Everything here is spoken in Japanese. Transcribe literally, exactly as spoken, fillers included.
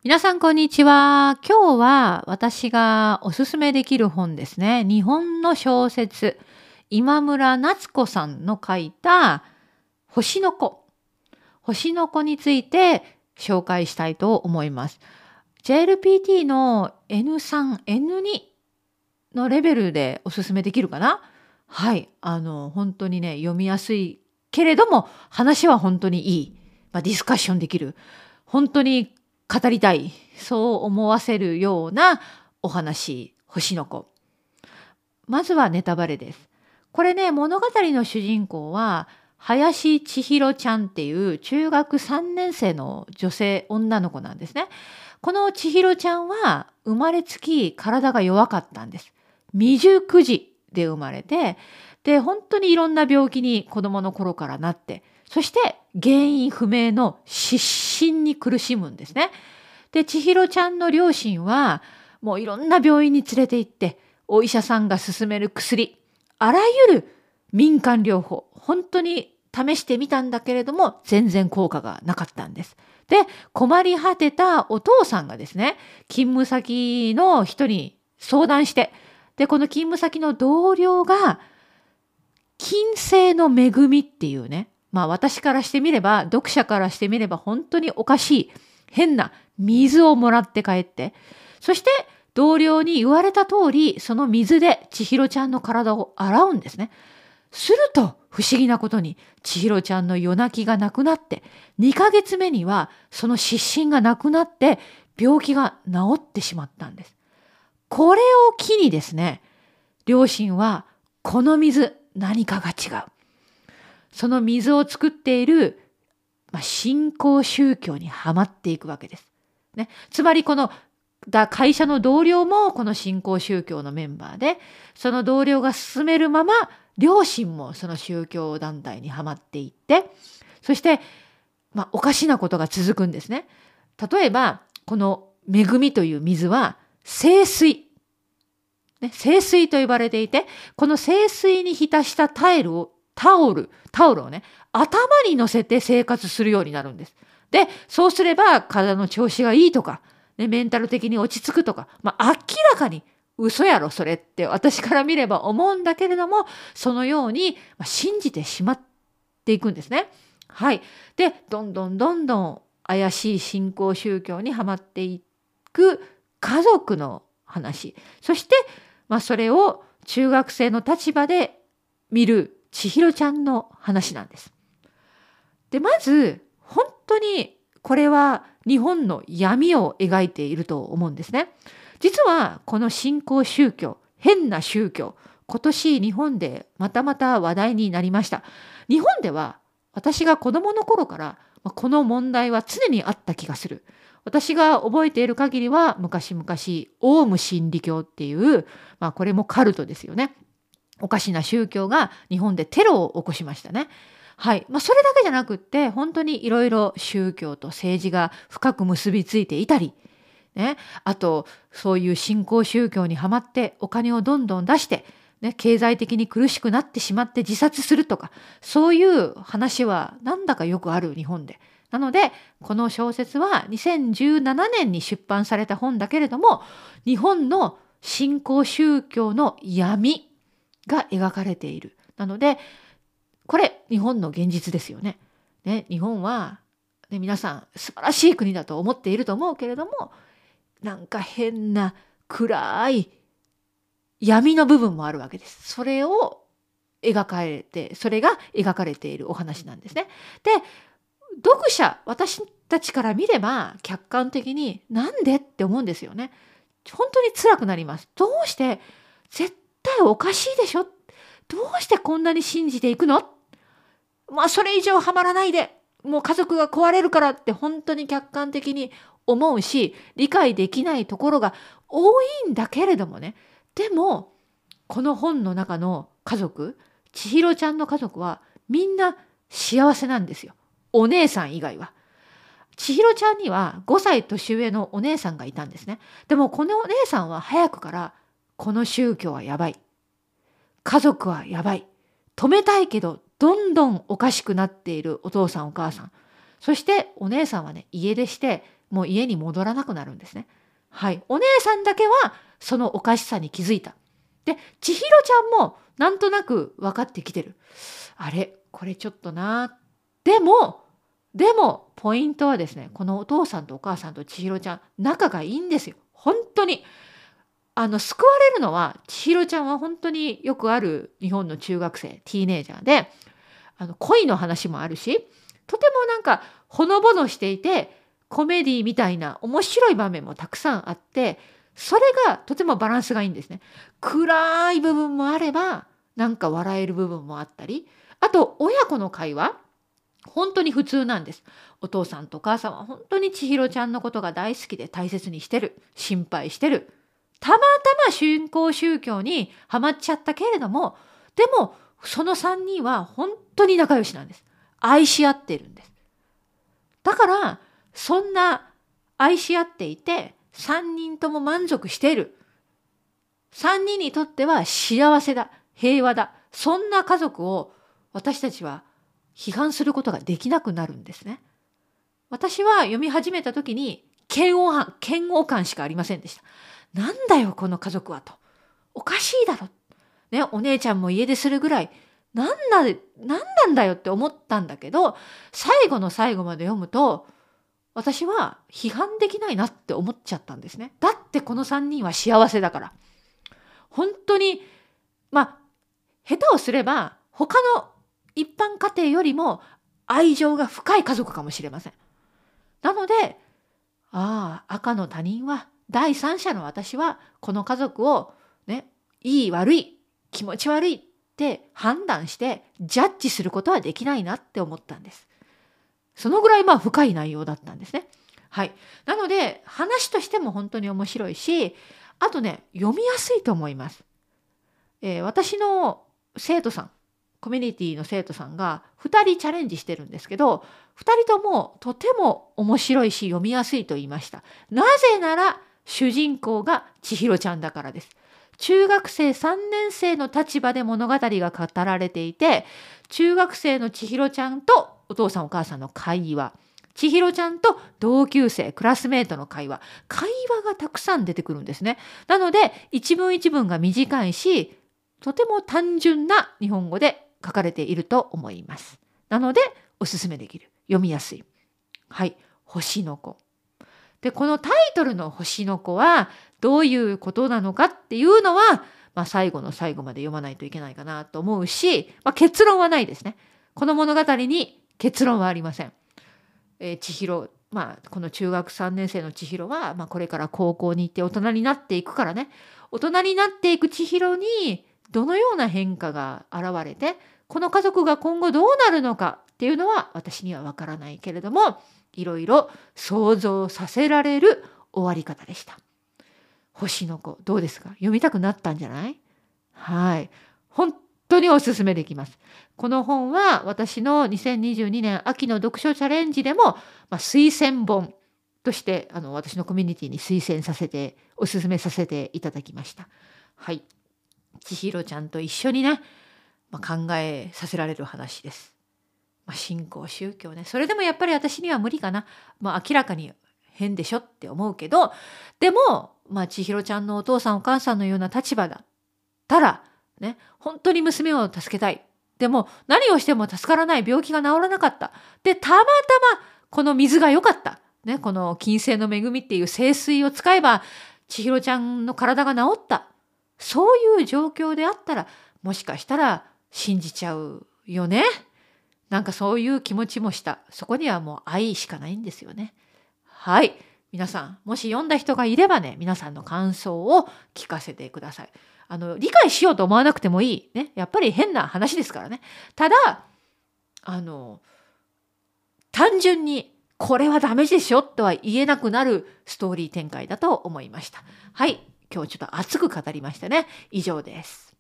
皆さんこんにちは。今日は私がおすすめできる本ですね。日本の小説、今村夏子さんの書いた星の子。星の子について紹介したいと思います。ジェーエルピーティー の エヌスリー、エヌツー のレベルでおすすめできるかな。はい。あの、本当にね、読みやすいけれども、話は本当にいい。まあ、ディスカッションできる。本当に語りたい。そう思わせるようなお話、星の子。まずはネタバレです。これね、物語の主人公は、林千尋ちゃんっていう中学さんねん生の女性、女の子なんですね。この千尋ちゃんは生まれつき体が弱かったんです。未熟児で生まれて、で、本当にいろんな病気に子供の頃からなって、そして原因不明の失神に苦しむんですね。で、千尋ちゃんの両親はもういろんな病院に連れて行って、お医者さんが勧める薬、あらゆる民間療法、本当に試してみたんだけれども、全然効果がなかったんです。で、困り果てたお父さんがですね、勤務先の人に相談して、で、この勤務先の同僚が、金星の恵みっていうね、まあ私からしてみれば、読者からしてみれば本当におかしい、変な水をもらって帰って、そして同僚に言われた通り、その水で千尋ちゃんの体を洗うんですね。すると不思議なことに千尋ちゃんの夜泣きがなくなって、にかげつめにはその失神がなくなって病気が治ってしまったんです。これを機にですね、両親はこの水何かが違う。その水を作っている、まあ、新興宗教にはまっていくわけです。ね、つまりこのだ会社の同僚もこの新興宗教のメンバーで、その同僚が進めるまま両親もその宗教団体にはまっていって、そして、まあ、おかしなことが続くんですね。例えばこの恵みという水は聖水、ね、聖水と呼ばれていて、この聖水に浸したタイルをタオルタオルをね、頭に乗せて生活するようになるんです。で、そうすれば体の調子がいいとか、ね、メンタル的に落ち着くとか、まあ、明らかに嘘やろそれって私から見れば思うんだけれども、そのように信じてしまっていくんですね。はい。で、どんどんどんどん怪しい新興宗教にはまっていく家族の話。そして、まあ、それを中学生の立場で見る千尋ちゃんの話なんです。で、まず、本当にこれは日本の闇を描いていると思うんですね。実はこの新興宗教、変な宗教、今年日本でまたまた話題になりました。日本では私が子供の頃からこの問題は常にあった気がする。私が覚えている限りは昔々オウム真理教っていう、まあこれもカルトですよね。おかしな宗教が日本でテロを起こしましたね。はい。まあ、それだけじゃなくって、本当にいろいろ宗教と政治が深く結びついていたり、ね、あと、そういう新興宗教にはまってお金をどんどん出して、ね、経済的に苦しくなってしまって自殺するとか、そういう話はなんだかよくある日本で。なので、この小説はにせんじゅうななねんに出版された本だけれども、日本の新興宗教の闇が描かれている。なので、これ日本の現実ですよね。ね、日本は、ね、皆さん素晴らしい国だと思っていると思うけれども、なんか変な暗い闇の部分もあるわけです。それを描かれて、それが描かれているお話なんですね。で、読者、私たちから見れば客観的になんでって思うんですよね。本当に辛くなります。どうして絶対おかしいでしょ？どうしてこんなに信じていくの？まあそれ以上ハマらないで、もう家族が壊れるからって本当に客観的に思うし、理解できないところが多いんだけれどもね。でもこの本の中の家族、千尋ちゃんの家族はみんな幸せなんですよ。お姉さん以外は。千尋ちゃんにはごさい年上のお姉さんがいたんですね。でもこのお姉さんは早くからこの宗教はやばい。家族はやばい。止めたいけどどんどんおかしくなっているお父さんお母さん。そしてお姉さんはね、家出してもう家に戻らなくなるんですね。はい。お姉さんだけはそのおかしさに気づいた。で、千尋ちゃんもなんとなく分かってきてる。あれ、これちょっとな。でも、でも、ポイントはですね、このお父さんとお母さんと千尋ちゃん、仲がいいんですよ。本当に。あの、救われるのは、千尋ちゃんは本当によくある日本の中学生、ティーネイジャーで、あの、恋の話もあるし、とてもなんか、ほのぼのしていて、コメディみたいな面白い場面もたくさんあって、それがとてもバランスがいいんですね。暗い部分もあれば、なんか笑える部分もあったり、あと、親子の会話、本当に普通なんです。お父さんとお母さんは本当に千尋ちゃんのことが大好きで大切にしてる。心配してる。たまたま新興宗教にはまっちゃったけれども、でもそのさんにんは本当に仲良しなんです。愛し合っているんです。だから、そんな愛し合っていて、さんにんとも満足している。さんにんにとっては幸せだ。平和だ。そんな家族を私たちは批判することができなくなるんですね。私は読み始めた時に嫌悪感、嫌悪感しかありませんでした。なんだよこの家族はと。おかしいだろ。ね、お姉ちゃんも家出するぐらい、なんな、なんなんだよって思ったんだけど、最後の最後まで読むと、私は批判できないなって思っちゃったんですね。だってこのさんにんは幸せだから。本当に、まあ、下手をすれば他の一般家庭よりも愛情が深い家族かもしれません。なので、ああ、赤の他人は、第三者の私は、この家族を、ね、いい悪い、気持ち悪いって判断して、ジャッジすることはできないなって思ったんです。そのぐらいまあ深い内容だったんですね。はい。なので、話としても本当に面白いし、あとね、読みやすいと思います。えー、私の生徒さん、コミュニティの生徒さんがふたりチャレンジしてるんですけど、ふたりともとても面白いし読みやすいと言いました。なぜなら主人公が千尋ちゃんだからです。中学生さんねん生の立場で物語が語られていて、中学生の千尋ちゃんとお父さんお母さんの会話、千尋ちゃんと同級生、クラスメートの会話、会話がたくさん出てくるんですね。なので一文一文が短いし、とても単純な日本語で書かれていると思います。なのでおすすめできる。読みやすい。はい。星の子。で、このタイトルの星の子はどういうことなのかっていうのは、まあ、最後の最後まで読まないといけないかなと思うし、まあ、結論はないですね。この物語に結論はありません。えー、千尋、まあ、この中学さんねん生の千尋は、まあ、これから高校に行って大人になっていくからね、大人になっていく千尋にどのような変化が現れて、この家族が今後どうなるのかっていうのは私にはわからないけれども、いろいろ想像させられる終わり方でした。星の子、どうですか？読みたくなったんじゃない？はい。本当におすすめできます。この本は私のにせんにじゅうにねん秋の読書チャレンジでも、まあ、推薦本としてあの私のコミュニティに推薦させて、おすすめさせていただきました。はい。千尋ちゃんと一緒にね、まあ、考えさせられる話です。まあ、信仰宗教ね。それでもやっぱり私には無理かな。まあ、明らかに変でしょって思うけど、でも、まあ、千尋ちゃんのお父さんお母さんのような立場だったら、ね、本当に娘を助けたい。でも何をしても助からない、病気が治らなかった。で、たまたまこの水が良かった。ね、この金星の恵みっていう聖水を使えば、千尋ちゃんの体が治った。そういう状況であったら、もしかしたら信じちゃうよね。なんかそういう気持ちもした。そこにはもう愛しかないんですよね。はい。皆さん、もし読んだ人がいればね、皆さんの感想を聞かせてください。あの、理解しようと思わなくてもいい。ね。やっぱり変な話ですからね。ただ、あの、単純にこれはダメでしょとは言えなくなるストーリー展開だと思いました。はい。今日ちょっと熱く語りましたね。以上です。